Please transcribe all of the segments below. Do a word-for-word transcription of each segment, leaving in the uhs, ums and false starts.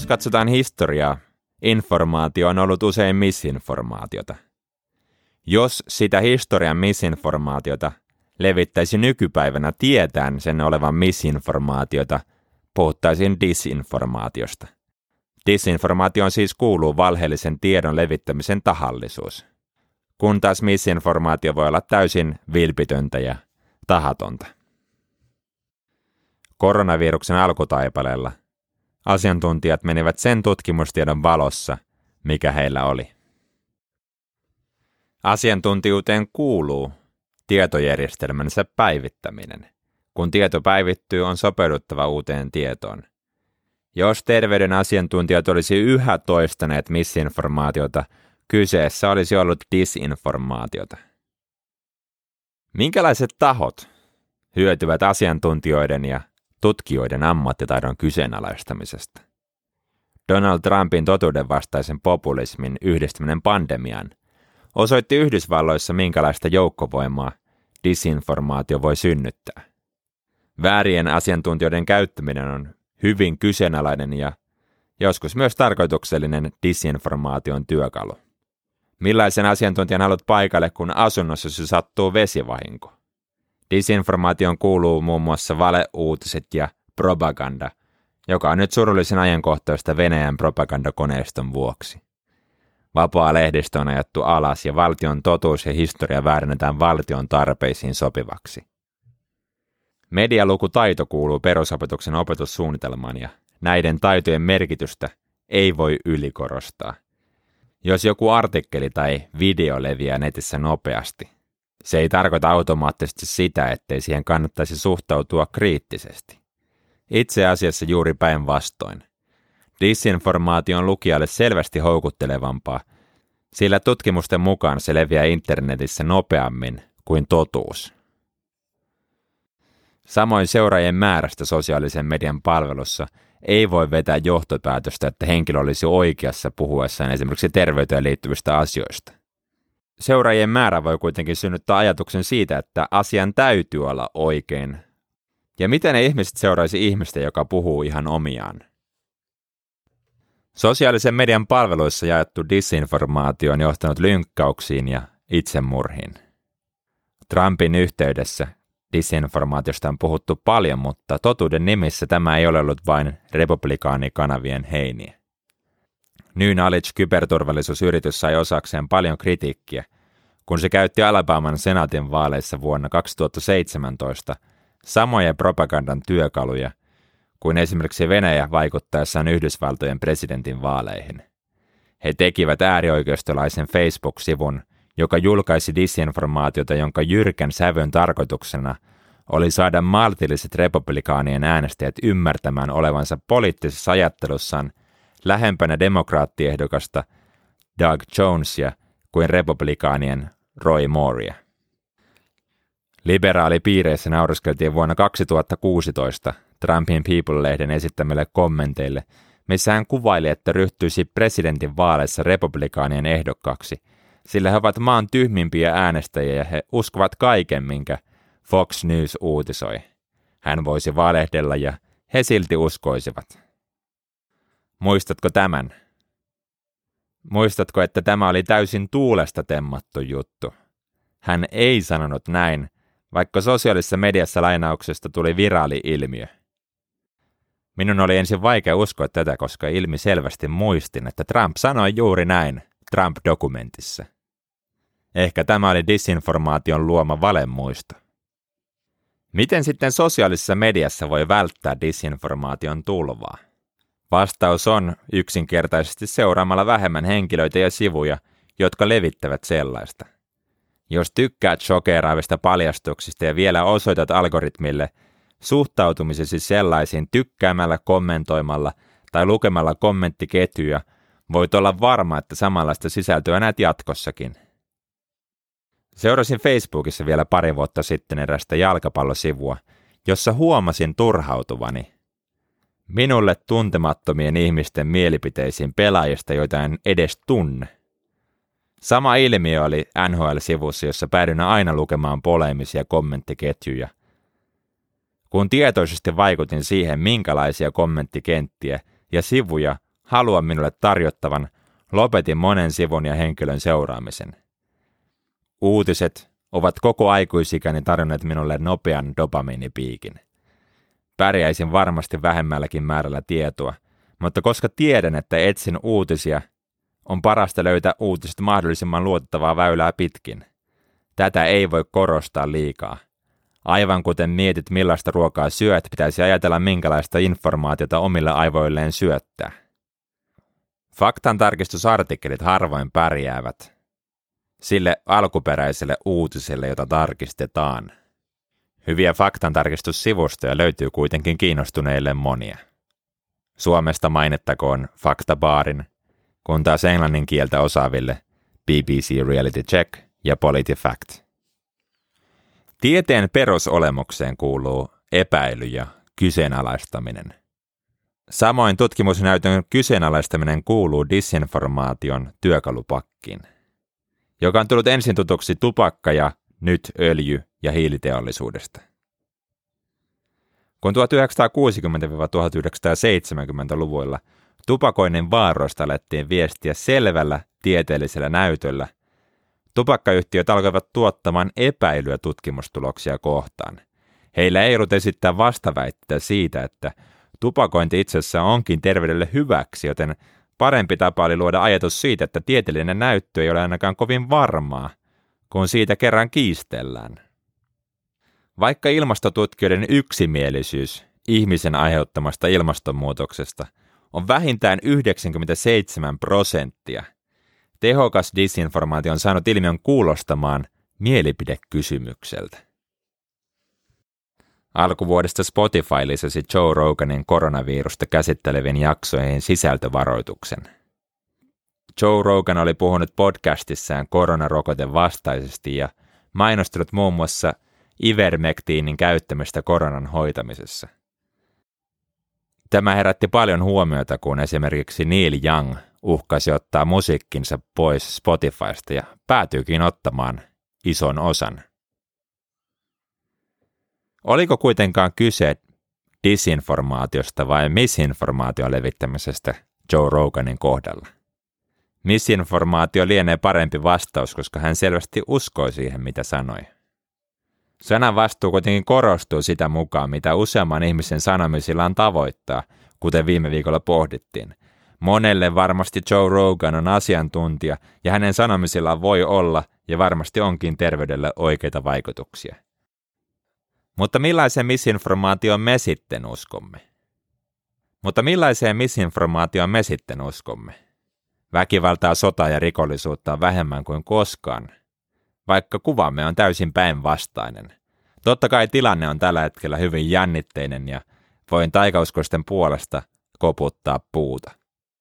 katsotaan historiaa, informaatio on ollut usein misinformaatiota. Jos sitä historian misinformaatiota levittäisi nykypäivänä tietäen sen olevan misinformaatiota, puhuttaisiin disinformaatiosta. Disinformaatioon siis kuuluu valheellisen tiedon levittämisen tahallisuus, kun taas misinformaatio voi olla täysin vilpitöntä ja tahatonta. Koronaviruksen alkutaipaleella asiantuntijat menivät sen tutkimustiedon valossa, mikä heillä oli. Asiantuntijuuteen kuuluu tietojärjestelmänsä päivittäminen. Kun tieto päivittyy, on sopeuduttava uuteen tietoon. Jos terveyden asiantuntijat olisi yhä toistaneet misinformaatiota, kyseessä olisi ollut disinformaatiota. Minkälaiset tahot hyötyvät asiantuntijoiden ja tutkijoiden ammattitaidon kyseenalaistamisesta? Donald Trumpin totuudenvastaisen populismin yhdistäminen pandemiaan osoitti Yhdysvalloissa, minkälaista joukkovoimaa disinformaatio voi synnyttää. Väärien asiantuntijoiden käyttäminen on hyvin kyseenalainen ja joskus myös tarkoituksellinen disinformaation työkalu. Millaisen asiantuntijan haluat paikalle, kun asunnossa sattuu vesivahinko? Disinformaation kuuluu muun muassa valeuutiset ja propaganda, joka on nyt surullisen ajankohtaista Venäjän propagandakoneiston vuoksi. Vapaa lehdistö on ajattu alas ja valtion totuus ja historia väärennetään valtion tarpeisiin sopivaksi. Medialukutaito kuuluu perusopetuksen opetussuunnitelmaan ja näiden taitojen merkitystä ei voi ylikorostaa. Jos joku artikkeli tai video leviää netissä nopeasti, se ei tarkoita automaattisesti sitä, ettei siihen kannattaisi suhtautua kriittisesti. Itse asiassa juuri päinvastoin. Disinformaatio on lukijalle selvästi houkuttelevampaa, sillä tutkimusten mukaan se leviää internetissä nopeammin kuin totuus. Samoin seuraajien määrästä sosiaalisen median palvelussa ei voi vetää johtopäätöstä, että henkilö olisi oikeassa puhuessaan esimerkiksi terveyteen liittyvistä asioista. Seuraajien määrä voi kuitenkin synnyttää ajatuksen siitä, että asian täytyy olla oikein. Ja miten ne ihmiset seuraisi ihmistä, joka puhuu ihan omiaan? Sosiaalisen median palveluissa jaettu disinformaatio on johtanut lynkkauksiin ja itsemurhiin. Trumpin yhteydessä disinformaatiosta on puhuttu paljon, mutta totuuden nimissä tämä ei ole ollut vain republikaanikanavien heiniä. New Knowledge-kyberturvallisuusyritys sai osakseen paljon kritiikkiä, kun se käytti Alabaman senaatin vaaleissa vuonna kaksituhattaseitsemäntoista samoja propagandan työkaluja kuin esimerkiksi Venäjä vaikuttaessaan Yhdysvaltojen presidentin vaaleihin. He tekivät äärioikeistolaisen Facebook-sivun, joka julkaisi disinformaatiota, jonka jyrkän sävyn tarkoituksena oli saada maltilliset republikaanien äänestäjät ymmärtämään olevansa poliittisessa ajattelussaan lähempänä demokraattiehdokasta Doug Jonesia kuin republikaanien Roy Moorea. Liberaalipiireissä naureskeltiin vuonna kaksituhattakuusitoista Trumpin People-lehden esittämille kommenteille, missä hän kuvaili, että ryhtyisi presidentin vaaleissa republikaanien ehdokkaaksi, sillä he ovat maan tyhmimpiä äänestäjiä ja he uskovat kaiken, minkä Fox News uutisoi. Hän voisi valehdella ja he silti uskoisivat. Muistatko tämän? Muistatko, että tämä oli täysin tuulesta temmattu juttu? Hän ei sanonut näin, vaikka sosiaalisessa mediassa lainauksesta tuli viraali-ilmiö. Minun oli ensin vaikea uskoa tätä, koska ilmi selvästi muistin, että Trump sanoi juuri näin Trump-dokumentissa. Ehkä tämä oli disinformaation luoma valemuisto. Miten sitten sosiaalisessa mediassa voi välttää disinformaation tulvaa? Vastaus on yksinkertaisesti seuraamalla vähemmän henkilöitä ja sivuja, jotka levittävät sellaista. Jos tykkäät shokeraavista paljastuksista ja vielä osoitat algoritmille suhtautumisesi sellaisiin tykkäämällä, kommentoimalla tai lukemalla kommenttiketjuja, voit olla varma, että samanlaista sisältöä näet jatkossakin. Seurasin Facebookissa vielä pari vuotta sitten erästä jalkapallosivua, jossa huomasin turhautuvani minulle tuntemattomien ihmisten mielipiteisiin pelaajista, joita en edes tunne. Sama ilmiö oli N H L-sivussa, jossa päädyin aina lukemaan poleemisia kommenttiketjuja. Kun tietoisesti vaikutin siihen, minkälaisia kommenttikenttiä ja sivuja halua minulle tarjottavan, lopetin monen sivun ja henkilön seuraamisen. Uutiset ovat koko aikuisikäni tarjonneet minulle nopean dopamiinipiikin. Pärjäisin varmasti vähemmälläkin määrällä tietoa, mutta koska tiedän, että etsin uutisia, on parasta löytää uutiset mahdollisimman luotettavaa väylää pitkin. Tätä ei voi korostaa liikaa. Aivan kuten mietit millaista ruokaa syöt, pitäisi ajatella minkälaista informaatiota omille aivoilleen syöttää. Faktantarkistusartikkelit harvoin pärjäävät sille alkuperäiselle uutiselle, jota tarkistetaan. Hyviä faktantarkistussivustoja löytyy kuitenkin kiinnostuneille monia. Suomesta mainittakoon Faktabaarin, kun taas englannin kieltä osaaville B B C Reality Check ja PolitiFact. Tieteen perusolemukseen kuuluu epäily ja kyseenalaistaminen. Samoin tutkimusnäytön kyseenalaistaminen kuuluu disinformaation työkalupakkiin, joka on tullut ensin tutuksi tupakka- ja nyt öljy- ja hiiliteollisuudesta. Kun tuhatyhdeksänsataakuusikymmentä–tuhatyhdeksänsataaseitsemänkymmentäluvuilla tupakoinnin vaaroista alettiin viestiä selvällä tieteellisellä näytöllä, tupakkayhtiöt alkoivat tuottamaan epäilyä tutkimustuloksia kohtaan. Heillä ei ollut esittää vastaväitteitä siitä, että tupakointi itsessään onkin terveydelle hyväksi, joten parempi tapa oli luoda ajatus siitä, että tieteellinen näyttö ei ole ainakaan kovin varmaa, kun siitä kerran kiistellään. Vaikka ilmastotutkijoiden yksimielisyys ihmisen aiheuttamasta ilmastonmuutoksesta on vähintään yhdeksänkymmentäseitsemän prosenttia, tehokas disinformaatio on saanut ilmiön kuulostamaan mielipidekysymykseltä. Alkuvuodesta Spotify lisäsi Joe Roganin koronavirusta käsittelevien jaksoihin sisältövaroituksen. Joe Rogan oli puhunut podcastissaan koronarokoten vastaisesti ja mainostellut muun muassa ivermektiinin käyttämistä koronan hoitamisessa. Tämä herätti paljon huomiota, kun esimerkiksi Neil Young uhkasi ottaa musiikkinsa pois Spotifysta ja päätyykin ottamaan ison osan. Oliko kuitenkaan kyse disinformaatiosta vai misinformaation levittämisestä Joe Roganin kohdalla? Misinformaatio lienee parempi vastaus, koska hän selvästi uskoi siihen, mitä sanoi. Sanan vastuu kuitenkin korostuu sitä mukaan, mitä useamman ihmisen sanomisillaan tavoittaa, kuten viime viikolla pohdittiin. Monelle varmasti Joe Rogan on asiantuntija ja hänen sanomisillaan voi olla ja varmasti onkin terveydelle oikeita vaikutuksia. Mutta millaiseen misinformaatioon me sitten uskomme? Mutta millaiseen misinformaatioon me sitten uskomme? Väkivaltaa, sotaa ja rikollisuutta on vähemmän kuin koskaan, vaikka kuvamme on täysin päinvastainen. Totta kai tilanne on tällä hetkellä hyvin jännitteinen ja voin taikauskoisten puolesta koputtaa puuta.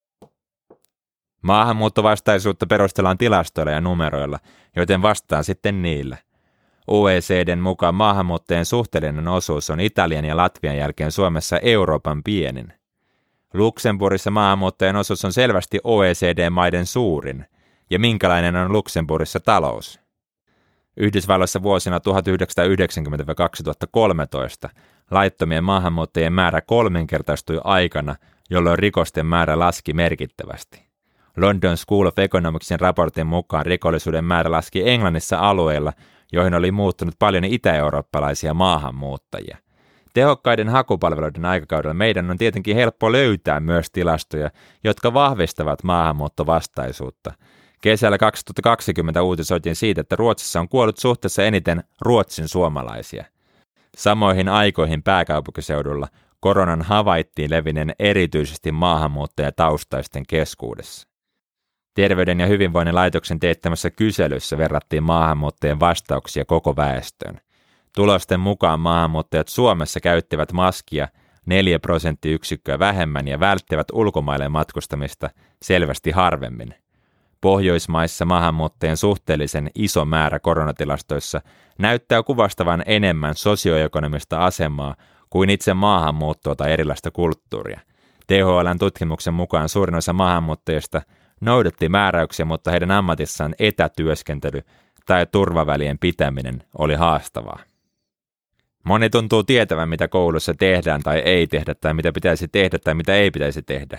Maahanmuuttovastaisuutta perustellaan tilastoilla ja numeroilla, joten vastaan sitten niillä. O E C D:n mukaan maahanmuuttajien suhteellinen osuus on Italian ja Latvian jälkeen Suomessa Euroopan pienin. Luxemburgissa maahanmuuttajien osuus on selvästi O E C D-maiden suurin, ja minkälainen on Luxemburgissa talous? Yhdysvalloissa vuosina tuhatyhdeksänsataayhdeksänkymmentä–kaksituhattakolmetoista laittomien maahanmuuttajien määrä kolminkertaistui aikana, jolloin rikosten määrä laski merkittävästi. London School of Economicsin raportin mukaan rikollisuuden määrä laski Englannissa alueilla, joihin oli muuttunut paljon itä-eurooppalaisia maahanmuuttajia. Tehokkaiden hakupalveluiden aikakaudella meidän on tietenkin helppo löytää myös tilastoja, jotka vahvistavat maahanmuuttovastaisuutta. Kesällä kaksituhattakaksikymmentä uutisoitiin siitä, että Ruotsissa on kuollut suhteessa eniten Ruotsin suomalaisia. Samoihin aikoihin pääkaupunkiseudulla koronan havaittiin levinneen erityisesti maahanmuuttajataustaisten keskuudessa. Terveyden ja hyvinvoinnin laitoksen teettämässä kyselyssä verrattiin maahanmuuttajien vastauksia koko väestöön. Tulosten mukaan maahanmuuttajat Suomessa käyttivät maskia neljä prosenttiyksikköä vähemmän ja välttivät ulkomaille matkustamista selvästi harvemmin. Pohjoismaissa maahanmuuttajien suhteellisen iso määrä koronatilastoissa näyttää kuvastavan enemmän sosioekonomista asemaa kuin itse maahanmuuttoa tai erilaista kulttuuria. T H L:n tutkimuksen mukaan suurin osa maahanmuuttajista noudatti määräyksiä, mutta heidän ammatissaan etätyöskentely tai turvavälien pitäminen oli haastavaa. Moni tuntuu tietävän, mitä koulussa tehdään tai ei tehdä, tai mitä pitäisi tehdä tai mitä ei pitäisi tehdä.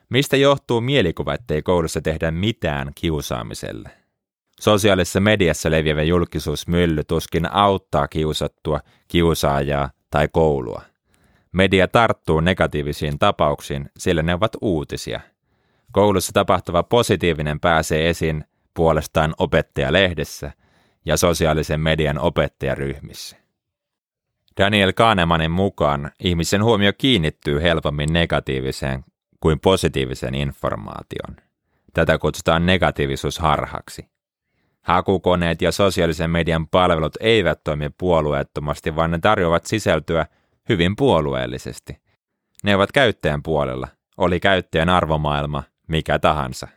Mistä johtuu mielikuva, ettei koulussa tehdä mitään kiusaamiselle? Sosiaalisessa mediassa leviävä julkisuusmylly tuskin auttaa kiusattua, kiusaajaa tai koulua. Media tarttuu negatiivisiin tapauksiin, sillä ne ovat uutisia. Koulussa tapahtuva positiivinen pääsee esiin puolestaan opettajalehdessä ja sosiaalisen median opettajaryhmissä. Daniel Kahnemanin mukaan ihmisen huomio kiinnittyy helpommin negatiiviseen kuin positiiviseen informaatioon. Tätä kutsutaan negatiivisuusharhaksi. Hakukoneet ja sosiaalisen median palvelut eivät toimi puolueettomasti, vaan ne tarjoavat sisältöä hyvin puolueellisesti. Ne ovat käyttäjän puolella, oli käyttäjän arvomaailma mikä tahansa.